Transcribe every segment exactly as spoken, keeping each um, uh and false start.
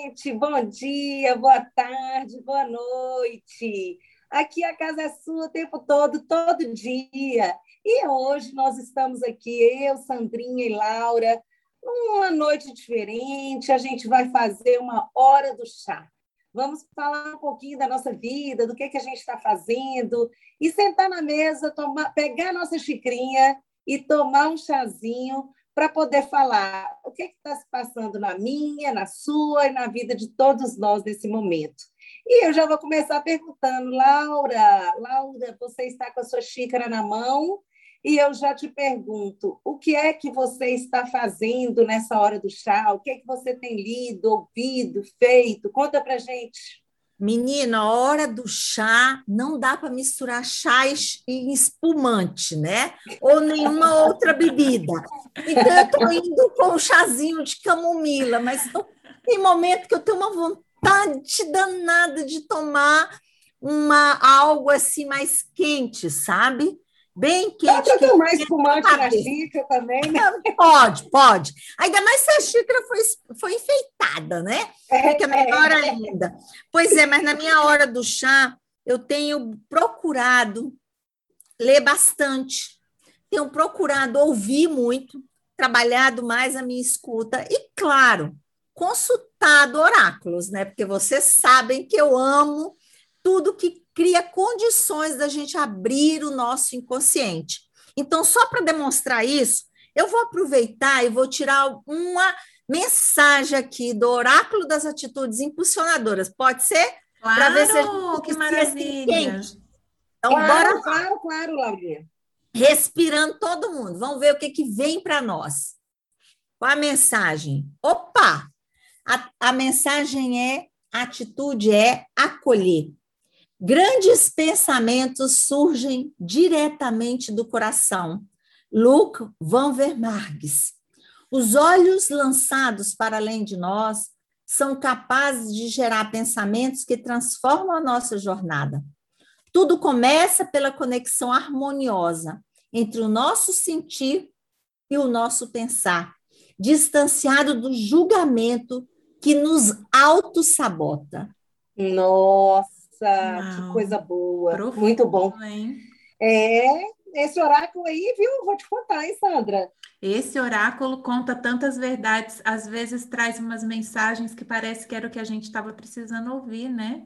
gente! Bom dia, boa tarde, boa noite. Aqui a casa é sua o tempo todo, todo dia. E hoje nós estamos aqui, eu, Sandrinha e Laura, numa noite diferente. A gente vai fazer uma hora do chá. Vamos falar um pouquinho da nossa vida, do que, é que a gente está fazendo, e sentar na mesa, tomar, pegar a nossa xicrinha e tomar um chazinho para poder falar o que está se passando na minha, na sua e na vida de todos nós nesse momento. E eu já vou começar perguntando, Laura, Laura, você está com a sua xícara na mão e eu já te pergunto, o que é que você está fazendo nessa hora do chá? O que é que você tem lido, ouvido, feito? Conta para gente. Menina, a hora do chá não dá para misturar chá e espumante, né? Ou nenhuma outra bebida. Então, eu estou indo com um chazinho de camomila, mas tem momento que eu tenho uma vontade danada de tomar uma, algo assim mais quente, sabe? Bem Dá quente. para Que tomar espumante na xícara também, né? Pode, pode. Ainda mais se a xícara foi, foi enfeitada, né? Fica melhor ainda. Pois é, mas na minha hora do chá, eu tenho procurado ler bastante, tenho procurado ouvir muito, trabalhado mais a minha escuta e, claro, consultado oráculos, né? Porque vocês sabem que eu amo tudo que cria condições da gente abrir o nosso inconsciente. Então, só para demonstrar isso, eu vou aproveitar e vou tirar uma mensagem aqui do Oráculo das Atitudes Impulsionadoras. Pode ser? Para ver se a gente que maravilha. Assim, então, claro, bora lá. Claro, claro, Laurinha. Respirando todo mundo. Vamos ver o que, que vem para nós. Qual a mensagem? Opa! A, a mensagem é, a atitude é acolher. Grandes pensamentos surgem diretamente do coração. Luc van der Margis. Os olhos lançados para além de nós são capazes de gerar pensamentos que transformam a nossa jornada. Tudo começa pela conexão harmoniosa entre o nosso sentir e o nosso pensar, distanciado do julgamento que nos autossabota. Nossa! Uau, que coisa boa, profundo, muito bom. Hein? É, esse oráculo aí, viu? Vou te contar, hein, Sandra? Esse oráculo conta tantas verdades, às vezes traz umas mensagens que parece que era o que a gente estava precisando ouvir, né?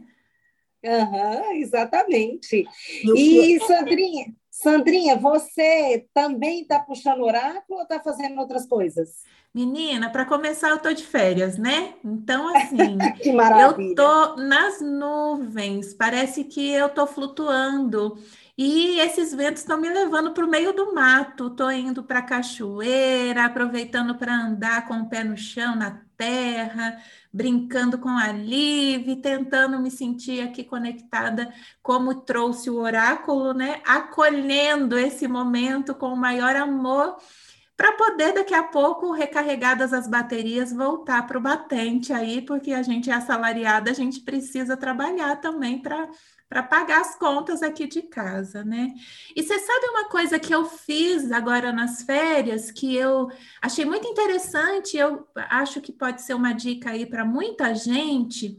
Uhum, exatamente. E, e Sandrinha, Sandrinha, você também está puxando oráculo ou está fazendo outras coisas? Menina, para começar, eu tô de férias, né? Então, assim, que maravilha. eu tô nas nuvens, parece que eu tô flutuando. E esses ventos estão me levando para o meio do mato. Tô indo para a cachoeira, aproveitando para andar com o pé no chão, na terra, brincando com a Liv, tentando me sentir aqui conectada, como trouxe o oráculo, né? Acolhendo esse momento com o maior amor, para poder, daqui a pouco, recarregadas as baterias, voltar para o batente aí, porque a gente é assalariada, a gente precisa trabalhar também para para pagar as contas aqui de casa, né? E você sabe uma coisa que eu fiz agora nas férias, que eu achei muito interessante, eu acho que pode ser uma dica aí para muita gente.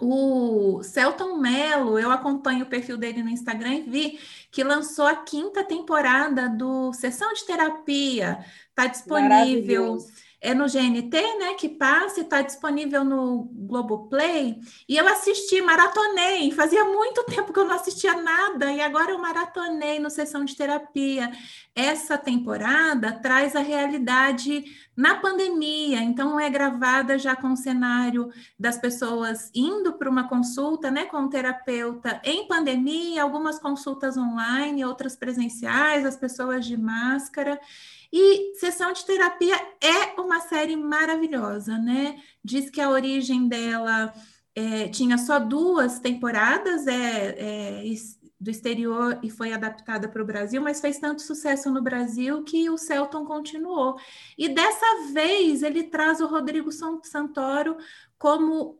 O Selton Mello, eu acompanho o perfil dele no Instagram e vi que lançou a quinta temporada do Sessão de Terapia. Está disponível, é no G N T, né, que passa, e está disponível no Globoplay. E eu assisti, maratonei. Fazia muito tempo que eu não assistia nada, e agora eu maratonei no Sessão de Terapia. Essa temporada traz a realidade na pandemia, então é gravada já com o cenário das pessoas indo para uma consulta, né, com o terapeuta em pandemia, algumas consultas online, outras presenciais, as pessoas de máscara. E Sessão de Terapia é uma série maravilhosa, né? Diz que a origem dela é, tinha só duas temporadas, é, é, do exterior, e foi adaptada para o Brasil, mas fez tanto sucesso no Brasil que o Selton continuou. E dessa vez ele traz o Rodrigo Santoro como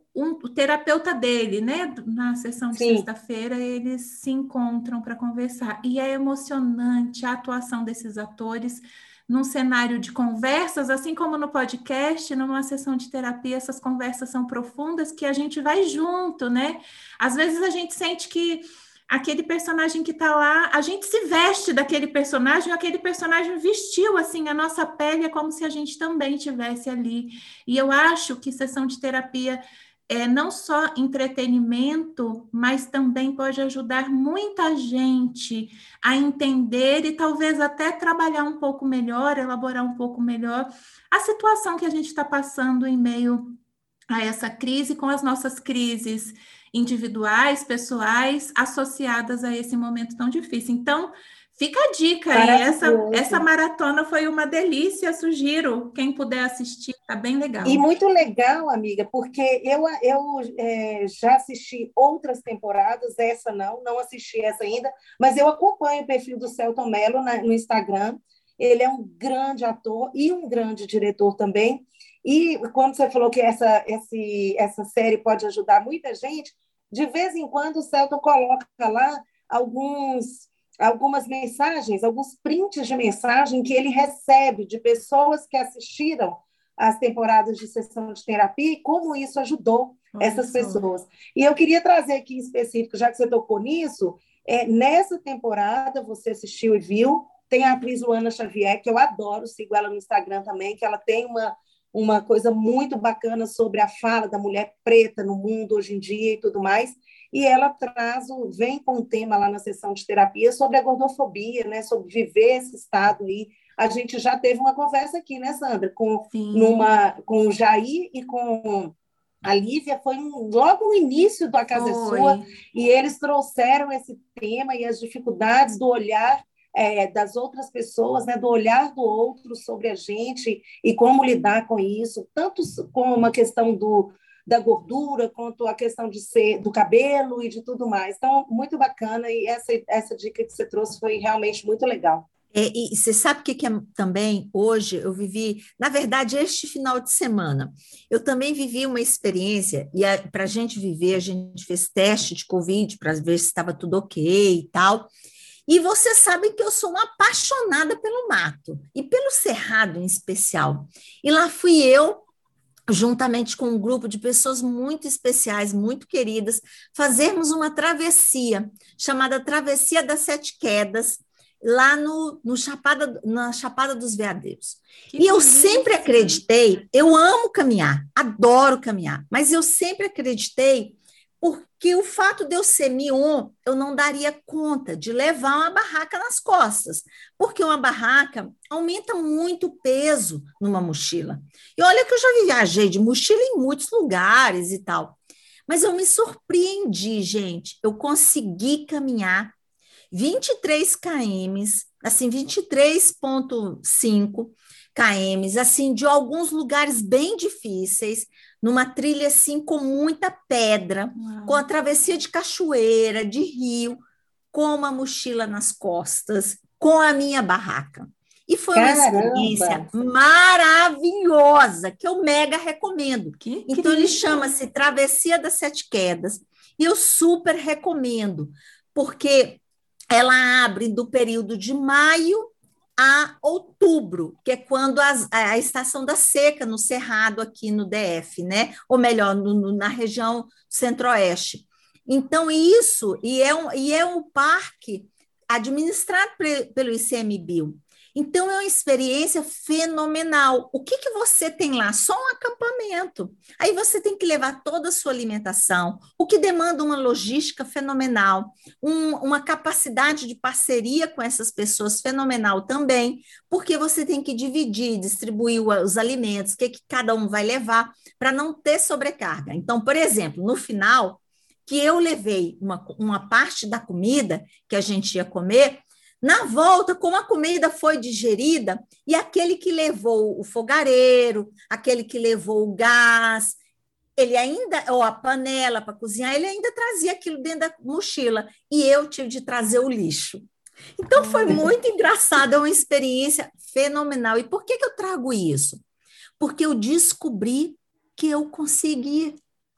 um, o terapeuta dele, né? Na sessão de Sim. sexta-feira, eles se encontram para conversar. E é emocionante a atuação desses atores num cenário de conversas, assim como no podcast, numa sessão de terapia, essas conversas são profundas que a gente vai junto, né? Às vezes a gente sente que aquele personagem que está lá, a gente se veste daquele personagem, aquele personagem vestiu assim a nossa pele, é como se a gente também estivesse ali. E eu acho que sessão de terapia é não só entretenimento, mas também pode ajudar muita gente a entender e talvez até trabalhar um pouco melhor, elaborar um pouco melhor a situação que a gente está passando em meio a essa crise, com as nossas crises individuais, pessoais, associadas a esse momento tão difícil. Então, fica a dica aí, essa, essa maratona foi uma delícia, sugiro, quem puder assistir, tá bem legal. E muito legal, amiga, porque eu, eu é, já assisti outras temporadas, essa não, não assisti essa ainda, mas eu acompanho o perfil do Selton Mello na, no Instagram, ele é um grande ator e um grande diretor também, e quando você falou que essa, esse, essa série pode ajudar muita gente, de vez em quando o Selton coloca lá alguns... algumas mensagens, alguns prints de mensagem que ele recebe de pessoas que assistiram às temporadas de sessão de terapia e como isso ajudou Olha essas só. pessoas. E eu queria trazer aqui em específico, já que você tocou nisso, é, nessa temporada, você assistiu e viu, tem a atriz Luana Xavier, que eu adoro, sigo ela no Instagram também, que ela tem uma, uma coisa muito bacana sobre a fala da mulher preta no mundo hoje em dia e tudo mais. E ela traz, vem com um tema lá na sessão de terapia sobre a gordofobia, né? Sobre viver esse estado aí. A gente já teve uma conversa aqui, né, Sandra? Com, numa, com o Jair e com a Lívia, foi um, logo no início do A Casa é Sua, e eles trouxeram esse tema e as dificuldades do olhar é, das outras pessoas, né? Do olhar do outro sobre a gente e como lidar com isso, tanto como a questão do da gordura, quanto a questão de ser do cabelo e de tudo mais. Então, muito bacana, e essa, essa dica que você trouxe foi realmente muito legal. É, e você sabe o que, que é também hoje eu vivi, na verdade, este final de semana, eu também vivi uma experiência, e para a gente viver, a gente fez teste de Covid para ver se estava tudo ok e tal. E você sabe que eu sou uma apaixonada pelo mato, e pelo cerrado em especial. E lá fui eu, juntamente com um grupo de pessoas muito especiais, muito queridas, fazermos uma travessia, chamada Travessia das Sete Quedas, lá no, no Chapada, na Chapada dos Veadeiros. Que e eu delícia. Sempre acreditei, eu amo caminhar, adoro caminhar, mas eu sempre acreditei, porque o fato de eu ser mion, eu não daria conta de levar uma barraca nas costas, porque uma barraca aumenta muito o peso numa mochila. E olha que eu já viajei de mochila em muitos lugares e tal, mas eu me surpreendi, gente, eu consegui caminhar vinte e três quilômetros, assim, vinte e três vírgula cinco quilômetros, assim, de alguns lugares bem difíceis, numa trilha assim com muita pedra, Uau. Com a travessia de cachoeira, de rio, com uma mochila nas costas, com a minha barraca. E foi Caramba. Uma experiência maravilhosa, que eu mega recomendo. Que então, ele chama-se Travessia das Sete Quedas, e eu super recomendo, porque ela abre do período de maio a outubro, que é quando as, a estação da seca no Cerrado aqui no D F, né? Ou melhor, no, no, na região centro-oeste. Então, isso, e é um, e é um parque administrado pelo I C M B I. Então, é uma experiência fenomenal. O que, que você tem lá? Só um acampamento. Aí você tem que levar toda a sua alimentação, o que demanda uma logística fenomenal, um, uma capacidade de parceria com essas pessoas fenomenal também, porque você tem que dividir, distribuir os alimentos, o que, que cada um vai levar, para não ter sobrecarga. Então, por exemplo, no final, que eu levei uma, uma parte da comida que a gente ia comer, na volta, como a comida foi digerida, e aquele que levou o fogareiro, aquele que levou o gás, ele ainda, ou a panela para cozinhar, ele ainda trazia aquilo dentro da mochila, e eu tive de trazer o lixo. Então, foi muito engraçado, é uma experiência fenomenal. E por que, que eu trago isso? Porque eu descobri que eu consegui.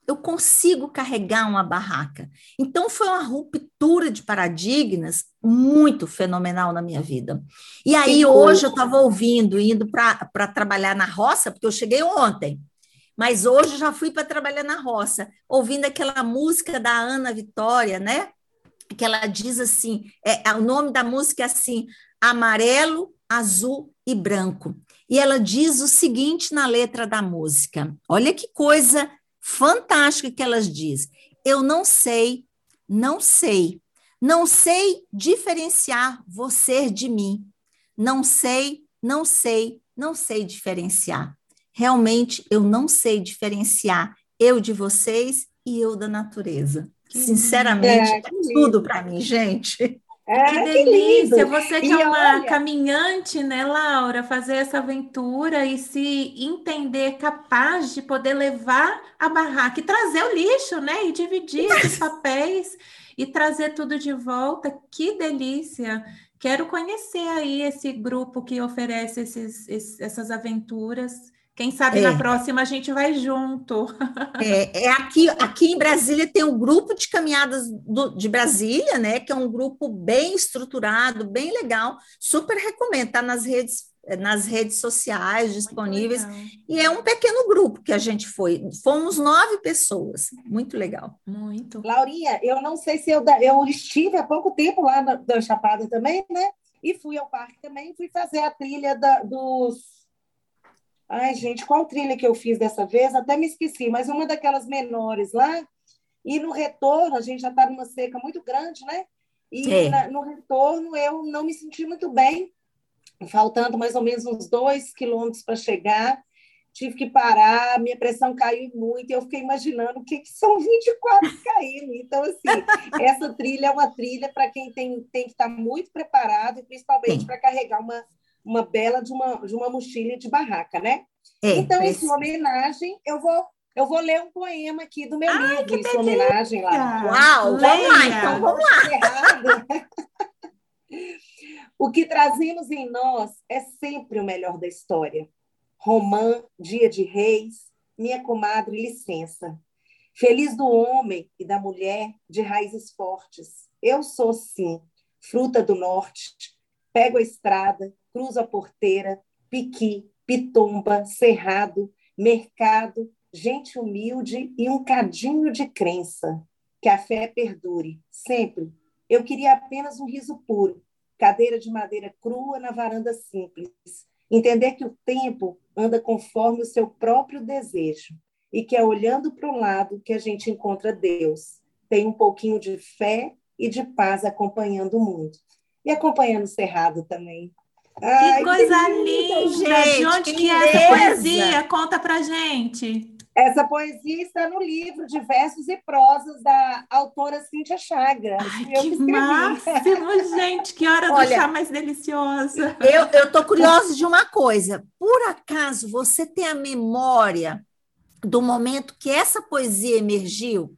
eu consigo carregar uma barraca. Então, foi uma ruptura de paradigmas muito fenomenal na minha vida. E aí, hoje, eu estava ouvindo, indo para trabalhar na roça, porque eu cheguei ontem, mas hoje já fui para trabalhar na roça, ouvindo aquela música da Ana Vitória, né? Que ela diz assim, é, o nome da música é assim, amarelo, azul e branco. E ela diz o seguinte na letra da música, olha que coisa fantástica que ela diz, eu não sei, não sei, não sei diferenciar você de mim, não sei, não sei, não sei diferenciar. Realmente, eu não sei diferenciar eu de vocês e eu da natureza. Que Sinceramente, é, é tudo para mim, gente. É, que delícia! Que Você que e é uma olha... caminhante, né, Laura? Fazer essa aventura e se entender capaz de poder levar a barraca e trazer o lixo, né? E dividir esses papéis e trazer tudo de volta. Que delícia! Quero conhecer aí esse grupo que oferece esses, esses, essas aventuras. Quem sabe é. na próxima a gente vai junto. É, é aqui, aqui em Brasília tem um grupo de caminhadas do, de Brasília, né? Que é um grupo bem estruturado, bem legal. Super recomendo, está nas redes, nas redes sociais disponíveis. E é um pequeno grupo que a gente foi. Fomos nove pessoas. Muito legal. Muito. Laurinha, eu não sei se eu, eu estive há pouco tempo lá na, da Chapada também, né? E fui ao parque também, fui fazer a trilha da, dos. Ai, gente, qual trilha que eu fiz dessa vez? Até me esqueci, mas uma daquelas menores lá. E no retorno, a gente já está numa seca muito grande, né? E é. na, no retorno eu não me senti muito bem, faltando mais ou menos uns dois quilômetros para chegar. Tive que parar, minha pressão caiu muito, e eu fiquei imaginando o que, que são vinte e quatro km. Então, assim, essa trilha é uma trilha para quem tem, tem que estar muito preparado, e principalmente para carregar uma. uma bela de uma, de uma mochila de barraca, né? É, então, em sua homenagem, eu vou, eu vou ler um poema aqui do meu Ai, livro, em sua homenagem lá. Uau, Leia. Vamos lá, então vamos lá. O que trazemos em nós é sempre o melhor da história. Romã, dia de reis, minha comadre, licença. Feliz do homem e da mulher de raízes fortes. Eu sou, sim, fruta do norte. Pego a estrada, cruzo a porteira, piqui, pitomba, cerrado, mercado, gente humilde e um cadinho de crença. Que a fé perdure, sempre. Eu queria apenas um riso puro, cadeira de madeira crua na varanda simples. Entender que o tempo anda conforme o seu próprio desejo e que é olhando para o lado que a gente encontra Deus. Tem um pouquinho de fé e de paz acompanhando o mundo. E acompanhando o Cerrado também. Ai, que coisa que linda, gente! De onde que, que é essa poesia? Conta pra gente. Essa poesia está no livro de versos e prosas da autora Cíntia Chagas. Ai, eu que máximo, gente! Que hora Olha, do chá mais deliciosa! Eu estou curiosa de uma coisa. Por acaso, você tem a memória do momento que essa poesia emergiu?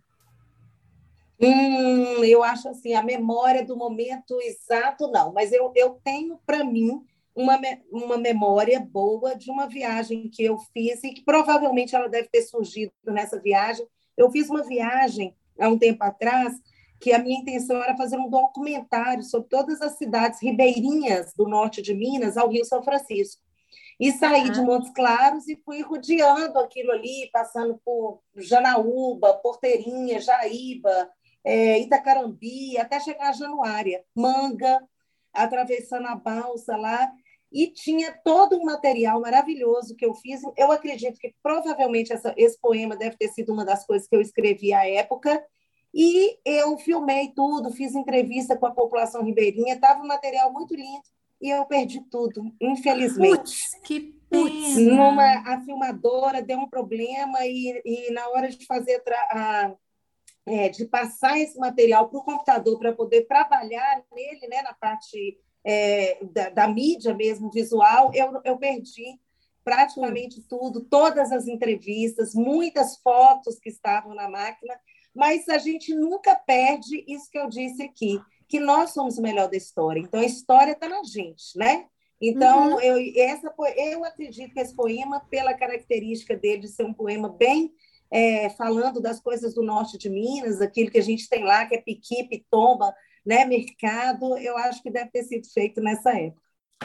Hum, eu acho assim, a memória do momento exato, não, mas eu, eu tenho para mim uma, uma memória boa de uma viagem que eu fiz e que provavelmente ela deve ter surgido nessa viagem. Eu fiz uma viagem há um tempo atrás que a minha intenção era fazer um documentário sobre todas as cidades ribeirinhas do norte de Minas ao Rio São Francisco. E saí uhum. de Montes Claros e fui rodeando aquilo ali, passando por Janaúba, Porteirinha, Jaíba, É, Itacarambi, até chegar a Januária, Manga, atravessando a balsa lá, e tinha todo um material maravilhoso que eu fiz. Eu acredito que provavelmente essa, esse poema deve ter sido uma das coisas que eu escrevi à época, e eu filmei tudo, fiz entrevista com a população ribeirinha, estava um material muito lindo, e eu perdi tudo, infelizmente. Putz, que pena! Numa, a filmadora deu um problema, e, e na hora de fazer a É, de passar esse material para o computador para poder trabalhar nele, né, na parte é, da, da mídia mesmo, visual, eu, eu perdi praticamente hum. tudo, todas as entrevistas, muitas fotos que estavam na máquina, mas a gente nunca perde isso que eu disse aqui, que nós somos o melhor da história. Então, a história está na gente, né? Então, uhum. eu, essa, eu acredito que esse poema, pela característica dele de ser um poema bem é, falando das coisas do norte de Minas, aquilo que a gente tem lá, que é piqui, pitomba, né, mercado, eu acho que deve ter sido feito nessa época.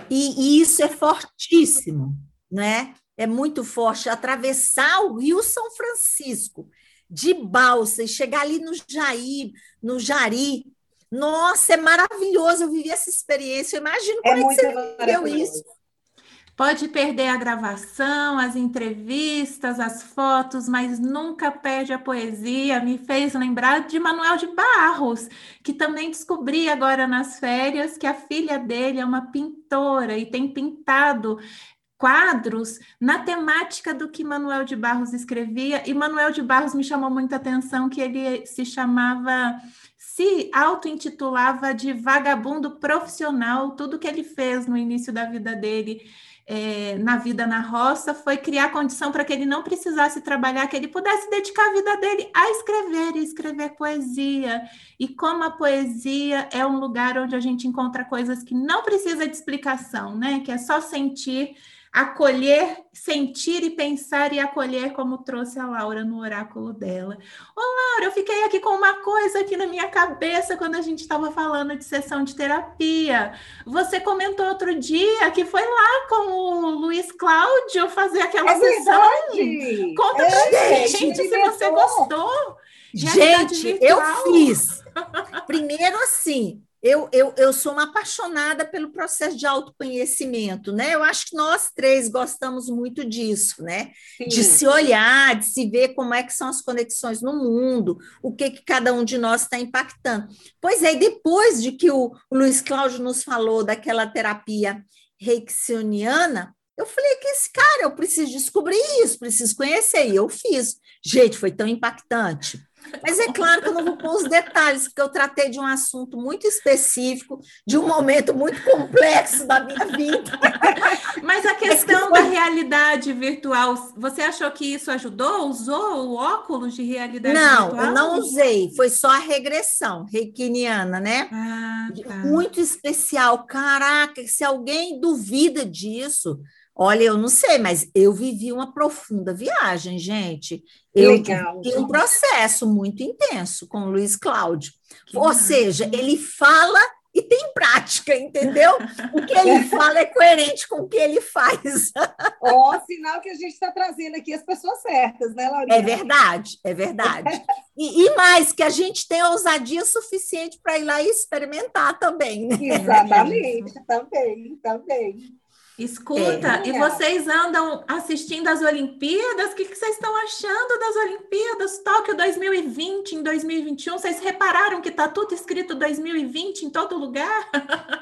E, e isso é fortíssimo, né? É muito forte. Atravessar o Rio São Francisco de balsa e chegar ali no Jair, no Jari. Nossa, é maravilhoso. Eu vivi essa experiência. Eu imagino É como é que muito você viveu isso. Pode perder a gravação, as entrevistas, as fotos, mas nunca perde a poesia. Me fez lembrar de Manuel de Barros, que também descobri agora nas férias que a filha dele é uma pintora e tem pintado quadros na temática do que Manuel de Barros escrevia. E Manuel de Barros me chamou muita atenção que ele se chamava... se auto-intitulava de vagabundo profissional. Tudo que ele fez no início da vida dele, é, na vida na roça, foi criar condição para que ele não precisasse trabalhar, que ele pudesse dedicar a vida dele a escrever e escrever poesia. E como a poesia é um lugar onde a gente encontra coisas que não precisa de explicação, né? Que é só sentir, acolher, sentir e pensar e acolher, como trouxe a Laura no oráculo dela. Ô, Laura, eu fiquei aqui com uma coisa aqui na minha cabeça quando a gente estava falando de sessão de terapia. Você comentou outro dia que foi lá com o Luiz Cláudio fazer aquela É sessão. verdade! Conta É, pra gente, gente se inventou. você gostou. Gente, eu fiz. Primeiro, assim, eu, eu, eu sou uma apaixonada pelo processo de autoconhecimento, né? Eu acho que nós três gostamos muito disso, né? Sim. De se olhar, de se ver como é que são as conexões no mundo, o que, que cada um de nós está impactando. Pois é, e depois de que o, o Luiz Cláudio nos falou daquela terapia reikiana, eu falei que esse cara, eu preciso descobrir isso, preciso conhecer, e eu fiz. Gente, foi tão impactante. Mas é claro que eu não vou pôr os detalhes, porque eu tratei de um assunto muito específico, de um momento muito complexo da minha vida. Mas a questão da realidade virtual, você achou que isso ajudou? Usou o óculos de realidade não, virtual? Não, eu não usei, foi só a regressão reikiana, né? Ah, tá. Muito especial. Caraca, se alguém duvida disso... Olha, eu não sei, mas eu vivi uma profunda viagem, gente. Eu Legal. tive um processo muito intenso com o Luiz Cláudio. Que Ou massa. seja, ele fala e tem prática, entendeu? O que ele fala é coerente com o que ele faz. Ó, oh, sinal que a gente está trazendo aqui as pessoas certas, né, Laurinha? É verdade, é verdade. E, e mais, que a gente tem ousadia suficiente para ir lá e experimentar também, né? Exatamente, é também, também. Escuta, é, e vocês andam assistindo as Olimpíadas? O que, que vocês estão achando das Olimpíadas? Tóquio dois mil e vinte, em dois mil e vinte e um, vocês repararam que está tudo escrito dois mil e vinte em todo lugar?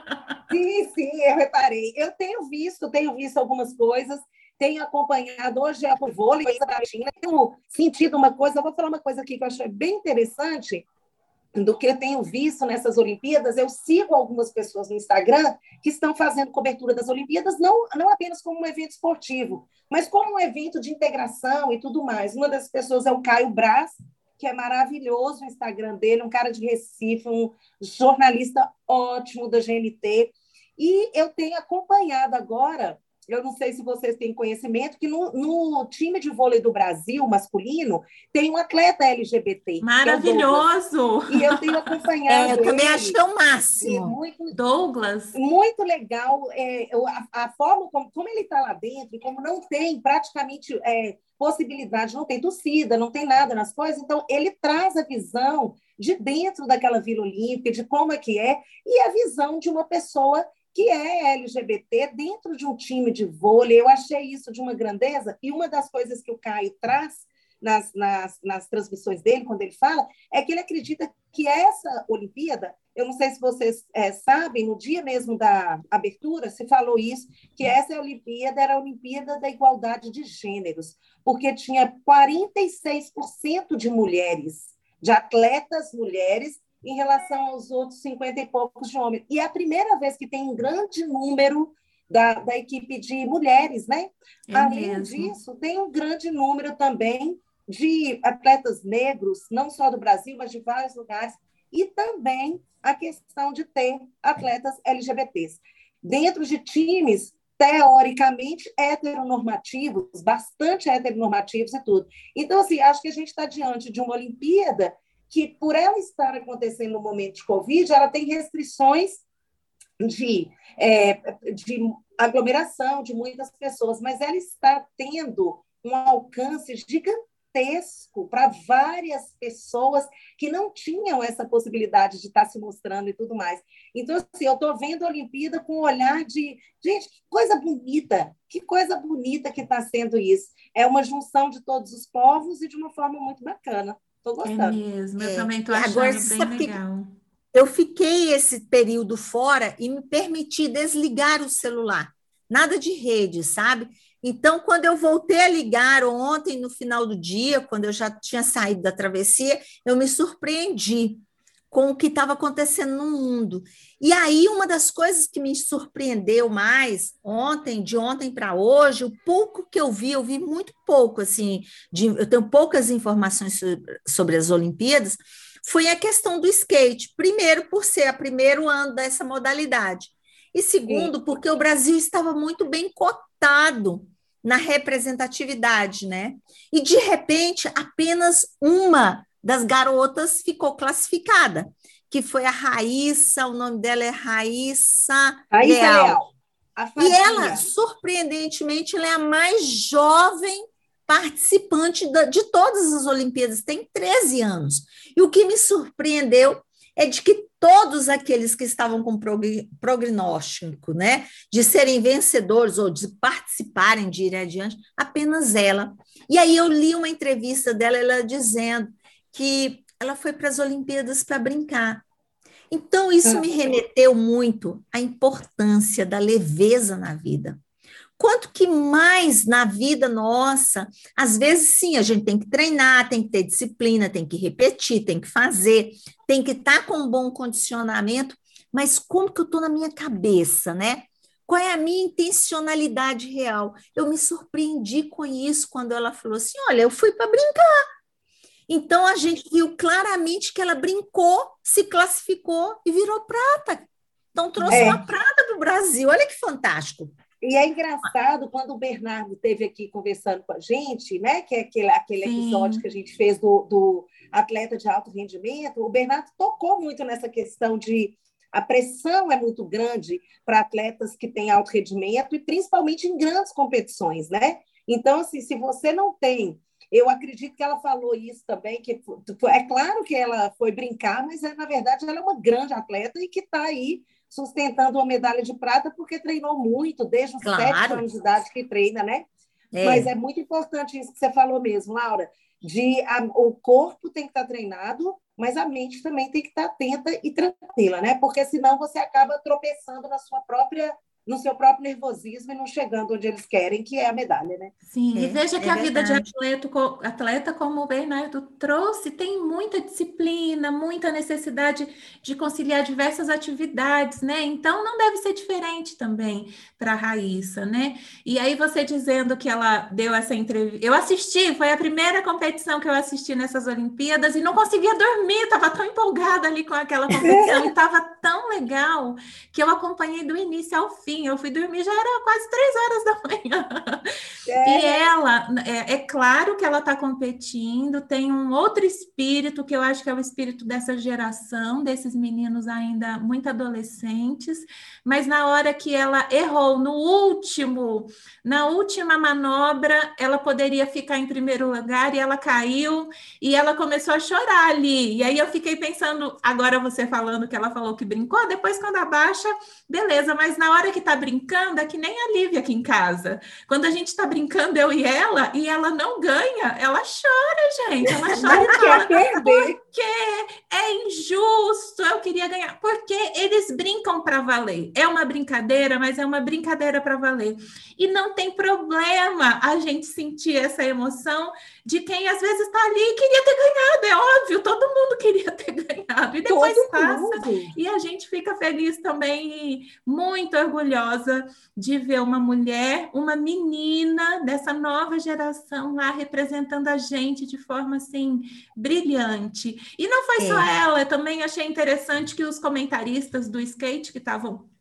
Sim, sim, eu reparei. Eu tenho visto, tenho visto algumas coisas, tenho acompanhado, hoje é o vôlei, tenho sentido uma coisa, eu vou falar uma coisa aqui que eu achei bem interessante, do que eu tenho visto nessas Olimpíadas. Eu sigo algumas pessoas no Instagram que estão fazendo cobertura das Olimpíadas, não, não apenas como um evento esportivo, mas como um evento de integração e tudo mais. Uma das pessoas é o Caio Braz, que é maravilhoso o Instagram dele, um cara de Recife, um jornalista ótimo da G N T. E eu tenho acompanhado agora, eu não sei se vocês têm conhecimento, que no, no time de vôlei do Brasil, masculino, tem um atleta L G B T. Maravilhoso! É e eu tenho acompanhado é, Eu também ele, acho que é o máximo. É muito, Douglas. Muito legal é, a, a forma como, como ele está lá dentro, como não tem praticamente é, possibilidade, não tem torcida, não tem nada nas coisas, então ele traz a visão de dentro daquela Vila Olímpica, de como é que é, e a visão de uma pessoa que é L G B T dentro de um time de vôlei. Eu achei isso de uma grandeza, e uma das coisas que o Caio traz nas, nas, nas transmissões dele, quando ele fala, é que ele acredita que essa Olimpíada, eu não sei se vocês é, sabem, no dia mesmo da abertura, se falou isso, que essa Olimpíada era a Olimpíada da Igualdade de Gêneros, porque tinha quarenta e seis por cento de mulheres, de atletas mulheres, em relação aos outros cinquenta e poucos de homens. E é a primeira vez que tem um grande número da, da equipe de mulheres, né? É Além mesmo. disso, tem um grande número também de atletas negros, não só do Brasil, mas de vários lugares, e também a questão de ter atletas L G B Ts. Dentro de times teoricamente heteronormativos, bastante heteronormativos e tudo. Então, assim, acho que a gente está diante de uma Olimpíada que, por ela estar acontecendo no momento de Covid, ela tem restrições de, é, de aglomeração de muitas pessoas, mas ela está tendo um alcance gigantesco para várias pessoas que não tinham essa possibilidade de estar se mostrando e tudo mais. Então, assim, eu estou vendo a Olimpíada com um olhar de, gente, que coisa bonita, que coisa bonita que está sendo isso. É uma junção de todos os povos e de uma forma muito bacana. Estou gostando. É mesmo, eu É, também estou e achando agora, bem sabe que legal. eu fiquei esse período fora e me permiti desligar o celular. Nada de rede, sabe? Então, quando eu voltei a ligar ontem, no final do dia, quando eu já tinha saído da travessia, eu me surpreendi com o que estava acontecendo no mundo. E aí, uma das coisas que me surpreendeu mais ontem, de ontem para hoje, o pouco que eu vi, eu vi muito pouco, assim, de, eu tenho poucas informações sobre, sobre as Olimpíadas, foi a questão do skate. Primeiro, por ser o primeiro ano dessa modalidade. E segundo, porque o Brasil estava muito bem cotado na representatividade, né? E, de repente, apenas uma das garotas ficou classificada, que foi a Raíssa, o nome dela é Raíssa, Raíssa Leal. Leal, a E ela, fadinha. surpreendentemente, ela é a mais jovem participante de todas as Olimpíadas, tem treze anos. E o que me surpreendeu é de que todos aqueles que estavam com prognóstico, né, de serem vencedores ou de participarem, de ir adiante, apenas ela. E aí eu li uma entrevista dela, ela dizendo que ela foi para as Olimpíadas para brincar. Então, isso me remeteu muito à importância da leveza na vida. Quanto que mais na vida nossa, às vezes sim, a gente tem que treinar, tem que ter disciplina, tem que repetir, tem que fazer, tem que estar com um bom condicionamento, mas como que eu estou na minha cabeça, né? Qual é a minha intencionalidade real? Eu me surpreendi com isso quando ela falou assim, olha, eu fui para brincar. Então, a gente viu claramente que ela brincou, se classificou e virou prata. Então, trouxe É. uma prata para o Brasil. Olha que fantástico. E é engraçado quando o Bernardo esteve aqui conversando com a gente, né? Que é aquele, aquele episódio que a gente fez do, do atleta de alto rendimento, o Bernardo tocou muito nessa questão de a pressão é muito grande para atletas que têm alto rendimento e principalmente em grandes competições, né? Então, assim, se você não tem, eu acredito que ela falou isso também, que é claro que ela foi brincar, mas na verdade ela é uma grande atleta e que está aí sustentando uma medalha de prata porque treinou muito, desde os Claro. sete anos de idade que treina, né? É. Mas é muito importante isso que você falou mesmo, Laura, de a, o corpo tem que estar treinado, mas a mente também tem que estar atenta e tranquila, né? Porque senão você acaba tropeçando na sua própria, no seu próprio nervosismo e não chegando onde eles querem, que é a medalha, né? Sim, É, e veja que é a vida de verdade. atleta, co- atleta, como o Bernardo trouxe, tem muita disciplina, muita necessidade de conciliar diversas atividades, né? Então não deve ser diferente também para a Raíssa, né? E aí você dizendo que ela deu essa entrevista. Eu assisti, foi a primeira competição que eu assisti nessas Olimpíadas e não conseguia dormir, estava tão empolgada ali com aquela competição e estava tão legal que eu acompanhei do início ao fim. Eu fui dormir, já era quase três horas da manhã. É, E ela, é, é claro que ela está competindo, tem um outro espírito, que eu acho que é o espírito dessa geração, desses meninos ainda muito adolescentes, mas na hora que ela errou, no último, na última manobra, ela poderia ficar em primeiro lugar e ela caiu e ela começou a chorar ali. E aí eu fiquei pensando, agora você falando que ela falou que brincou, depois quando abaixa, beleza, mas na hora que tá brincando, é que nem a Lívia aqui em casa. Quando a gente tá brincando, eu e ela, e ela não ganha, ela chora, gente. Ela chora e fala, porque é injusto, eu queria ganhar. Porque eles brincam para valer. É uma brincadeira, mas é uma brincadeira para valer. E não tem problema a gente sentir essa emoção de quem às vezes está ali e queria ter ganhado, é óbvio, todo mundo queria ter ganhado. E depois todo passa. mundo. E a gente fica feliz também e muito orgulhosa de ver uma mulher, uma menina dessa nova geração lá representando a gente de forma assim brilhante. E não foi É. só ela, eu também achei interessante que os comentaristas do skate que estavam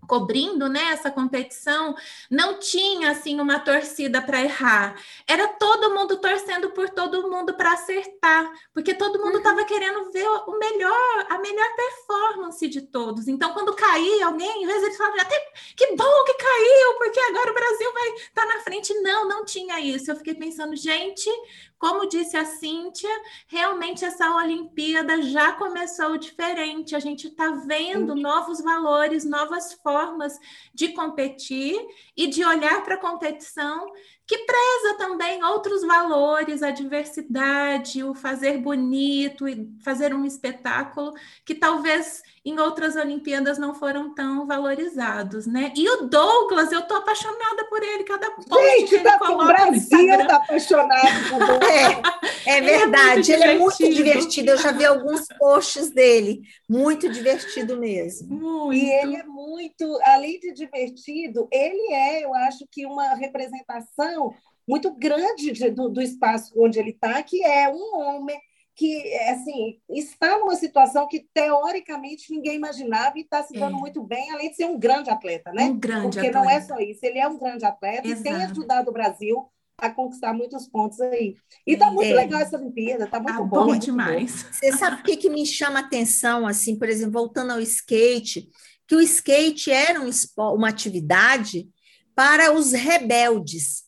cobrindo, né, essa competição, não tinha assim uma torcida para errar. Era todo mundo torcendo por todo mundo para acertar, porque todo mundo estava uhum. querendo ver o melhor, a melhor performance de todos. Então, quando caía alguém, às vezes eles falavam até que bom que caiu, porque agora o Brasil vai estar na frente. Não, não tinha isso. Eu fiquei pensando, gente, como disse a Cíntia, realmente essa Olimpíada já começou diferente. A gente está vendo novos valores, novas formas de competir e de olhar para a competição, que preza também outros valores, a diversidade, o fazer bonito e fazer um espetáculo que talvez em outras Olimpíadas não foram tão valorizados, né? E o Douglas, eu estou apaixonada por ele, cada post Gente, que ele tá, coloca o Brasil no Instagram. Está apaixonado por Douglas. É, é verdade, ele é muito, ele é muito divertido. Eu já vi alguns posts dele, muito divertido mesmo. Muito. E ele é muito, além de divertido, ele é, eu acho que uma representação muito grande de, do, do espaço onde ele está, que é um homem que assim, está numa situação que, teoricamente, ninguém imaginava e está se dando é. muito bem, além de ser um grande atleta, né? Um grande Porque atleta. não é só isso, ele é um grande atleta Exato. E tem ajudado o Brasil a conquistar muitos pontos aí. E está muito é. legal essa Olimpíada, está muito tá bom. bom demais. Bom. Você sabe o que, que me chama a atenção, assim, por exemplo, voltando ao skate, que o skate era um, uma atividade para os rebeldes.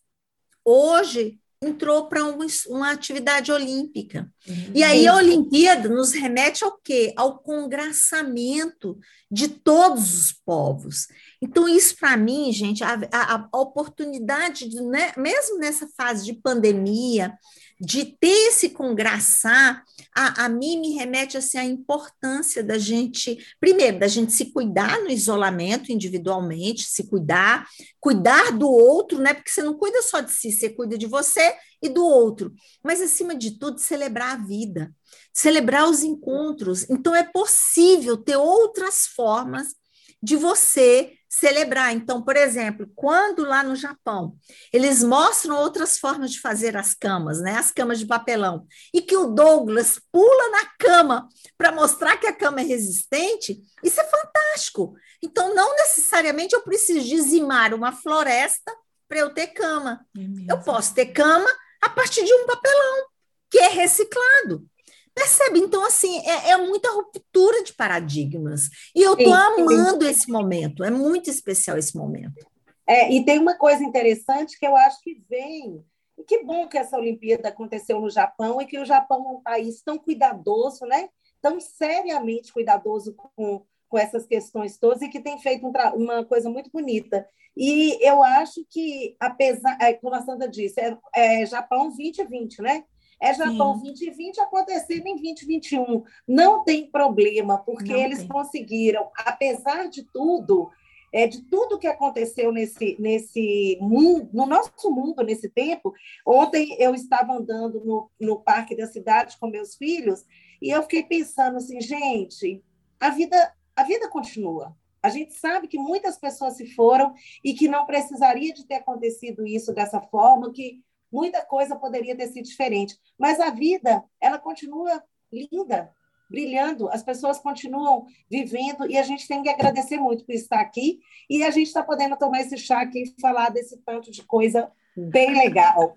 Hoje entrou para um, uma atividade olímpica. Uhum. E aí a Olimpíada nos remete ao quê? Ao congraçamento de todos os povos. Então, isso para mim, gente, a, a, a oportunidade, de, né, mesmo nessa fase de pandemia, de ter esse congraçar, a, a mim me remete assim, à importância da gente, primeiro, da gente se cuidar no isolamento individualmente, se cuidar, cuidar do outro, né? Porque você não cuida só de si, você cuida de você e do outro. Mas, acima de tudo, celebrar a vida, celebrar os encontros. Então, é possível ter outras formas de você celebrar. Então, por exemplo, quando lá no Japão eles mostram outras formas de fazer as camas, né? As camas de papelão, e que o Douglas pula na cama para mostrar que a cama é resistente, isso é fantástico. Então, não necessariamente eu preciso dizimar uma floresta para eu ter cama. É eu posso ter cama a partir de um papelão que é reciclado. Percebe? Então, assim, é, é muita ruptura de paradigmas. E eu estou amando esse momento. É muito especial esse momento. É, e tem uma coisa interessante que eu acho que vem... E que bom que essa Olimpíada aconteceu no Japão e que o Japão é um país tão cuidadoso, né? Tão seriamente cuidadoso com, com essas questões todas e que tem feito um uma coisa muito bonita. E eu acho que, apesar... É, como a Sandra disse, é, é Japão vinte e vinte, né? É Japão Sim. vinte e vinte acontecendo em vinte e vinte e um. Não tem problema, porque Não eles tem. conseguiram, apesar de tudo, é, de tudo que aconteceu nesse, nesse mundo, no nosso mundo, nesse tempo. Ontem eu estava andando no, no parque da cidade com meus filhos e eu fiquei pensando assim, gente, a vida, a vida continua. A gente sabe que muitas pessoas se foram e que não precisaria de ter acontecido isso dessa forma, que muita coisa poderia ter sido diferente, mas a vida, ela continua linda, brilhando, as pessoas continuam vivendo e a gente tem que agradecer muito por estar aqui e a gente está podendo tomar esse chá aqui e falar desse tanto de coisa bem legal.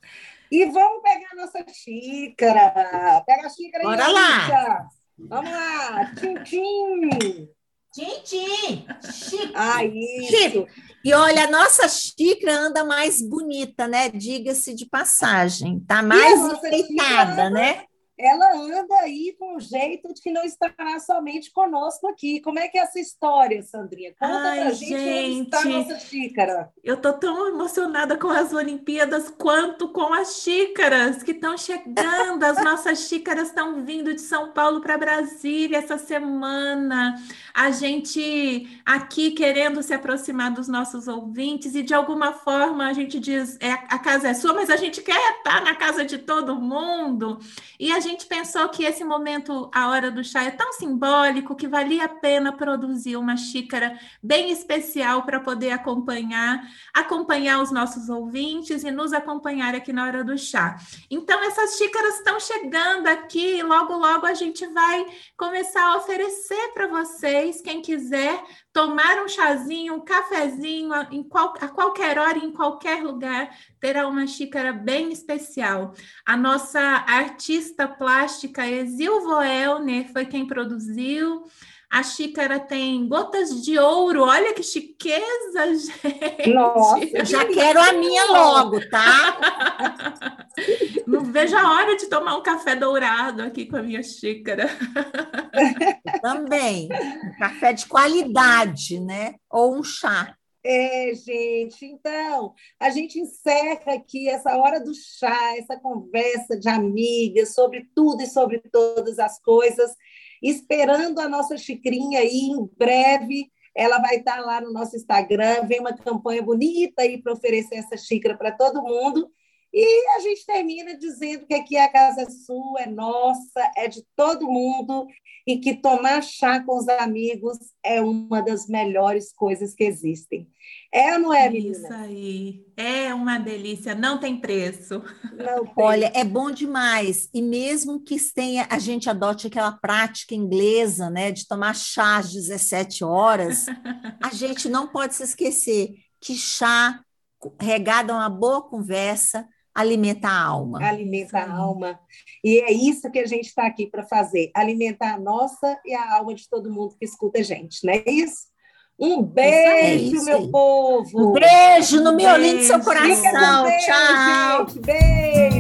E vamos pegar a nossa xícara. Pega a xícara aí. Bora lá. Lícia. Vamos lá. Tchim, tchim. Tchim, tchim. Ah, isso. E olha, a nossa xícara anda mais bonita, né? Diga-se de passagem. Tá mais enfeitada, né? Ela anda aí com um jeito de que não estará somente conosco aqui. Como é que é essa história, Sandrinha? Conta Ai, pra gente, gente, onde está a nossa xícara. Eu tô tão emocionada com as Olimpíadas quanto com as xícaras que estão chegando. As nossas xícaras estão vindo de São Paulo para Brasília essa semana. A gente aqui querendo se aproximar dos nossos ouvintes e de alguma forma a gente diz, é, a casa é sua, mas a gente quer estar na casa de todo mundo. E a gente pensou que esse momento, a hora do chá, é tão simbólico que valia a pena produzir uma xícara bem especial para poder acompanhar, acompanhar os nossos ouvintes e nos acompanhar aqui na hora do chá. Então, essas xícaras estão chegando aqui e logo, logo a gente vai começar a oferecer para vocês, quem quiser, tomar um chazinho, um cafezinho, a, em qual, a qualquer hora, em qualquer lugar, terá uma xícara bem especial. A nossa artista plástica, Exil Voelner, foi quem produziu. A xícara tem gotas de ouro. Olha que chiqueza, gente! Nossa, eu já quero a minha logo, tá? Não vejo a hora de tomar um café dourado aqui com a minha xícara. Eu também. Um café de qualidade, né? Ou um chá. É, gente, então, a gente encerra aqui essa hora do chá, essa conversa de amigas sobre tudo e sobre todas as coisas, esperando a nossa xicrinha aí em breve. Ela vai estar lá no nosso Instagram, vem uma campanha bonita aí para oferecer essa xícara para todo mundo. E a gente termina dizendo que aqui a casa é sua, é nossa, é de todo mundo, e que tomar chá com os amigos é uma das melhores coisas que existem. É ou não é, menina? Isso aí. É uma delícia, não tem preço. Não tem. Olha, é bom demais. E mesmo que tenha, a gente adote aquela prática inglesa, né, de tomar chá às dezessete horas, a gente não pode se esquecer que chá, regado a uma boa conversa, alimenta a alma. Alimenta a alma. E é isso que a gente está aqui para fazer, alimentar a nossa e a alma de todo mundo que escuta a gente, não é isso? Um beijo, isso meu aí. povo. Um beijo no Um miolinho do seu beijo. coração. Fica com Deus, Tchau. gente. Beijo.